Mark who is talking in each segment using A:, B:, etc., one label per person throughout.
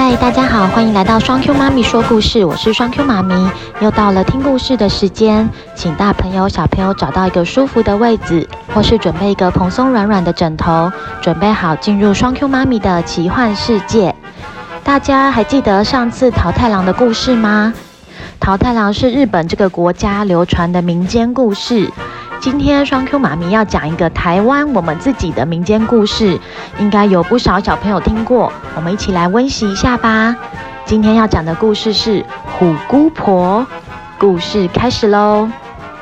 A: 嗨，大家好，欢迎来到双 Q 妈咪说故事，我是双 Q 妈咪，又到了听故事的时间，请大朋友小朋友找到一个舒服的位置，或是准备一个蓬松软软的枕头，准备好进入双 Q 妈咪的奇幻世界。大家还记得上次桃太郎的故事吗？桃太郎是日本这个国家流传的民间故事。今天双 Q 妈咪要讲一个台湾我们自己的民间故事，应该有不少小朋友听过，我们一起来温习一下吧。今天要讲的故事是虎姑婆，故事开始咯。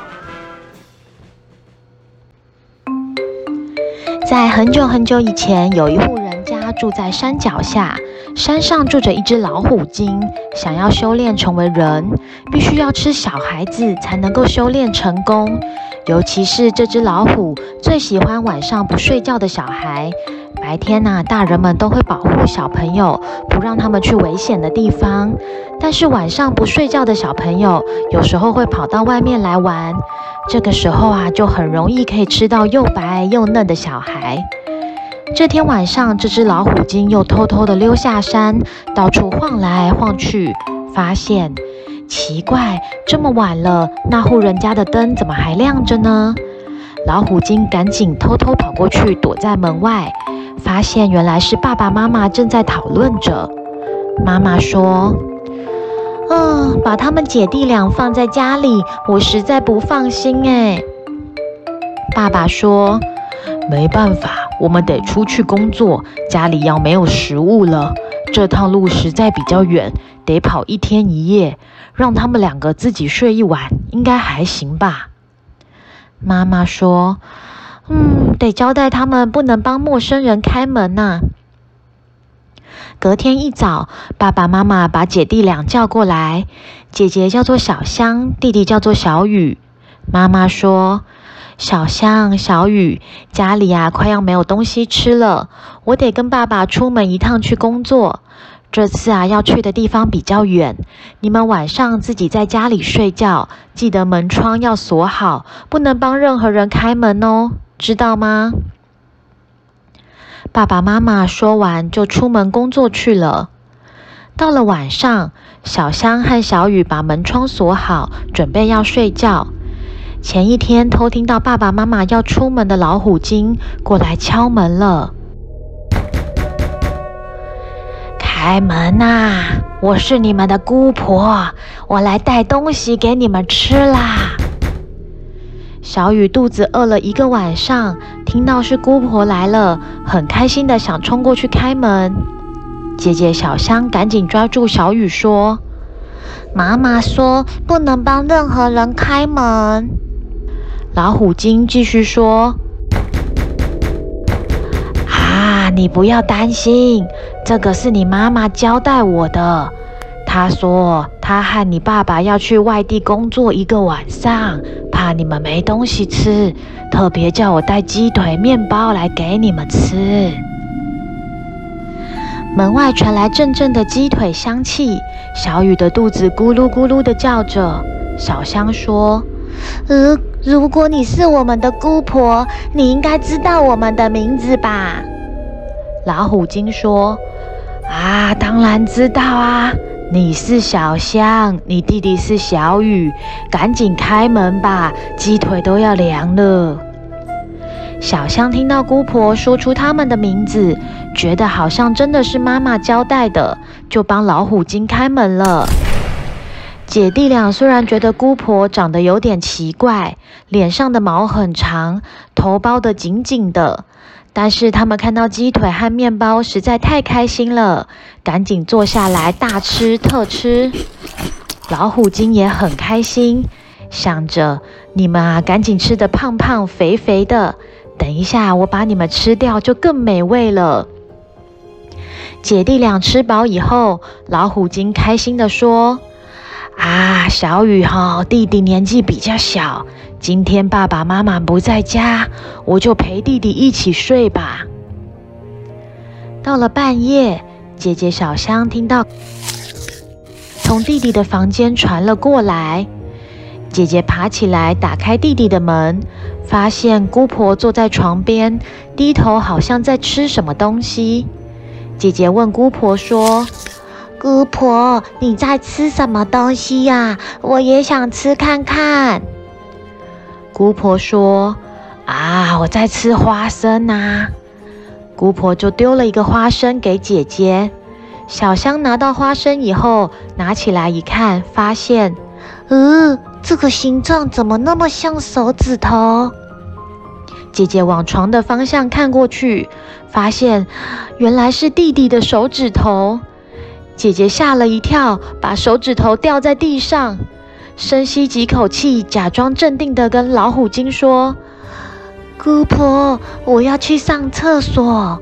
A: 在很久很久以前，有一户人家住在山脚下，山上住着一只老虎精，想要修炼成为人，必须要吃小孩子才能够修炼成功。尤其是这只老虎最喜欢晚上不睡觉的小孩，白天大人们都会保护小朋友，不让他们去危险的地方。但是晚上不睡觉的小朋友，有时候会跑到外面来玩，这个时候就很容易可以吃到又白又嫩的小孩。这天晚上，这只老虎精又偷偷地溜下山，到处晃来晃去，发现奇怪，这么晚了，那户人家的灯怎么还亮着呢？老虎精赶紧偷偷跑过去，躲在门外，发现原来是爸爸妈妈正在讨论着。妈妈说：把他们姐弟俩放在家里，我实在不放心耶。爸爸说：没办法，我们得出去工作，家里要没有食物了。这趟路实在比较远，得跑1天1夜，让他们2个自己睡一晚，应该还行吧。妈妈说：得交代他们不能帮陌生人开门呐。隔天一早，爸爸妈妈把姐弟俩叫过来，姐姐叫做小香，弟弟叫做小雨。妈妈说：小香、小雨，家里快要没有东西吃了，我得跟爸爸出门一趟去工作。这次要去的地方比较远，你们晚上自己在家里睡觉，记得门窗要锁好，不能帮任何人开门哦，知道吗？爸爸妈妈说完就出门工作去了。到了晚上，小香和小雨把门窗锁好，准备要睡觉。前一天偷听到爸爸妈妈要出门的老虎精过来敲门了。开门我是你们的姑婆，我来带东西给你们吃啦。小雨肚子饿了1个晚上，听到是姑婆来了，很开心的想冲过去开门。姐姐小香赶紧抓住小雨说：妈妈说不能帮任何人开门。老虎精继续说：你不要担心，这个是你妈妈交代我的。她说她和你爸爸要去外地工作1个晚上，怕你们没东西吃，特别叫我带鸡腿、面包来给你们吃。门外传来阵阵的鸡腿香气，小雨的肚子咕噜咕噜的叫着。小香说：如果你是我们的姑婆，你应该知道我们的名字吧？老虎精说：当然知道啊，你是小香，你弟弟是小雨，赶紧开门吧，鸡腿都要凉了。小香听到姑婆说出他们的名字，觉得好像真的是妈妈交代的，就帮老虎精开门了。姐弟俩虽然觉得姑婆长得有点奇怪，脸上的毛很长，头包得紧紧的，但是他们看到鸡腿和面包实在太开心了，赶紧坐下来大吃特吃。老虎精也很开心，想着你们赶紧吃得胖胖肥肥的，等一下我把你们吃掉就更美味了。姐弟俩吃饱以后，老虎精开心地说：小雨弟弟年纪比较小，今天爸爸妈妈不在家，我就陪弟弟一起睡吧。到了半夜，姐姐小香听到从弟弟的房间传了过来，姐姐爬起来打开弟弟的门，发现姑婆坐在床边，低头好像在吃什么东西。姐姐问姑婆说： 姑婆，你在吃什么东西呀？我也想吃看看。姑婆说：我在吃花生啊。姑婆就丢了一个花生给姐姐。小香拿到花生以后，拿起来一看，发现，这个形状怎么那么像手指头？姐姐往床的方向看过去，发现原来是弟弟的手指头。姐姐吓了一跳，把手指头掉在地上，深吸几口气，假装镇定地跟老虎精说：姑婆，我要去上厕所。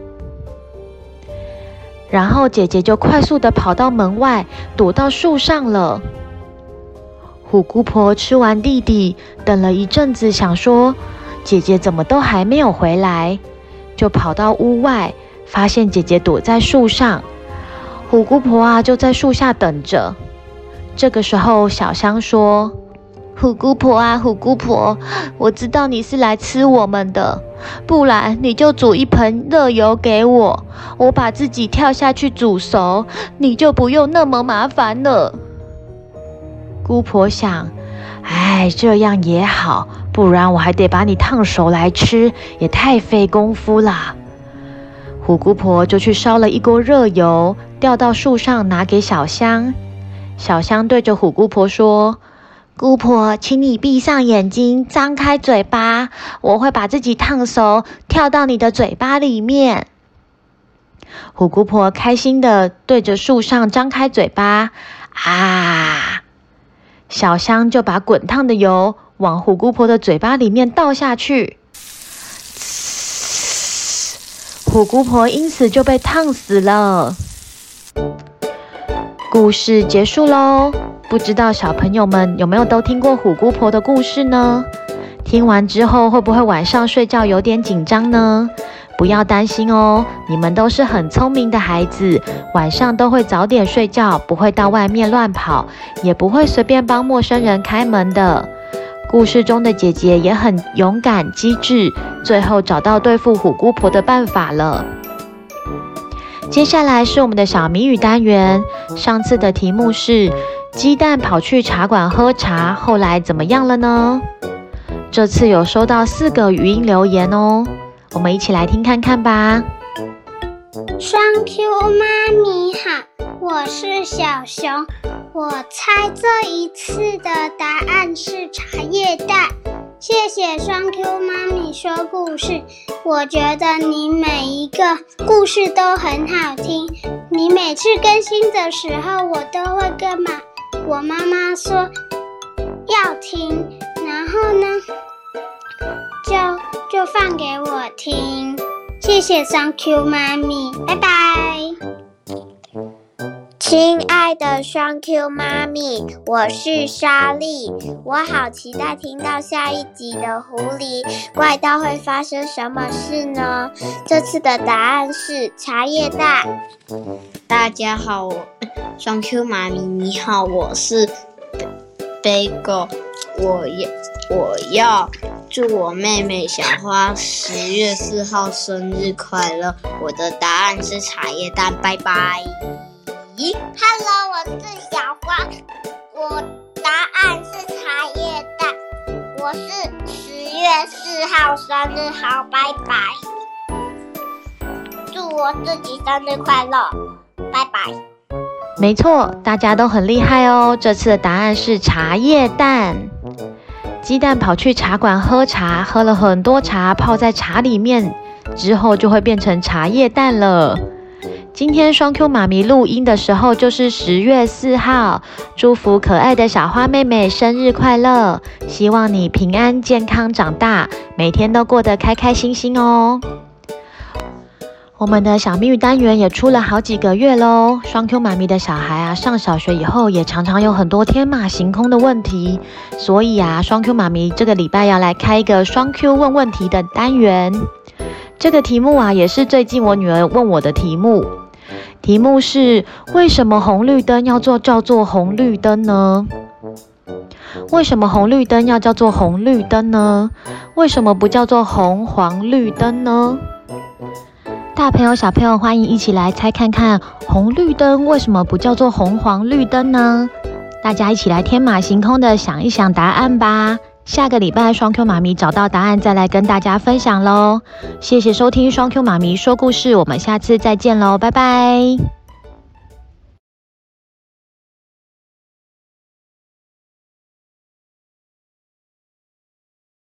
A: 然后姐姐就快速地跑到门外，躲到树上了。虎姑婆吃完弟弟，等了一阵子，想说姐姐怎么都还没有回来，就跑到屋外，发现姐姐躲在树上。虎姑婆就在树下等着。这个时候，小香说：虎姑婆虎姑婆，我知道你是来吃我们的，不然你就煮一盆热油给我，我把自己跳下去煮熟，你就不用那么麻烦了。姑婆想，这样也好，不然我还得把你烫熟来吃，也太费功夫啦。虎姑婆就去烧了一锅热油，掉到树上拿给小香。小香对着虎姑婆说：姑婆，请你闭上眼睛，张开嘴巴，我会把自己烫熟，跳到你的嘴巴里面。虎姑婆开心地对着树上张开嘴巴，小香就把滚烫的油往虎姑婆的嘴巴里面倒下去，虎姑婆因此就被烫死了。故事结束咯，不知道小朋友们有没有都听过虎姑婆的故事呢？听完之后会不会晚上睡觉有点紧张呢？不要担心哦，你们都是很聪明的孩子，晚上都会早点睡觉，不会到外面乱跑，也不会随便帮陌生人开门的。故事中的姐姐也很勇敢机智，最后找到对付虎姑婆的办法了。接下来是我们的小谜语单元，上次的题目是鸡蛋跑去茶馆喝茶，后来怎么样了呢？这次有收到4个语音留言哦，我们一起来听看看吧。
B: 双 Q 妈咪好，我是小熊，我猜这一次的答案是茶叶蛋。谢谢双 Q 妈咪说故事，我觉得你每一个故事都很好听，你每次更新的时候我都会跟我妈妈说要听，然后呢就放给我听。谢谢双 Q 妈咪，拜拜。亲爱的双 Q 妈咪，我是莎莉，我好期待听到下一集的狐狸怪盗会发生什么事呢？这次的答案是茶叶蛋。
C: 大家好，双 Q 妈咪你好，我是Bagel，我要祝我妹妹小花10月4号生日快乐。我的答案是茶叶蛋，拜拜。
B: Hello， 我是小花，我答案是茶叶蛋。我是10月4号生日，好，拜拜。祝我自己生日快乐，拜拜。
A: 没错，大家都很厉害哦。这次的答案是茶叶蛋。鸡蛋跑去茶馆喝茶，喝了很多茶，泡在茶里面之后就会变成茶叶蛋了。今天双 Q 妈咪录音的时候就是10月4号，祝福可爱的小花妹妹生日快乐，希望你平安健康长大，每天都过得开开心心哦。我们的小谜语单元也出了好几个月咯，双 Q 妈咪的小孩上小学以后也常常有很多天马行空的问题，所以双 Q 妈咪这个礼拜要来开一个双 Q 问问题的单元。这个题目也是最近我女儿问我的题目。题目是为什么红绿灯要叫做红绿灯呢？为什么红绿灯要叫做红绿灯呢？为什么不叫做红黄绿灯呢？ 大朋友小朋友欢迎一起来猜看看红绿灯为什么不叫做红黄绿灯呢？大家一起来天马行空的想一想答案吧。下个礼拜双 Q 妈咪找到答案再来跟大家分享咯。谢谢收听双 Q 妈咪说故事，我们下次再见咯，拜拜。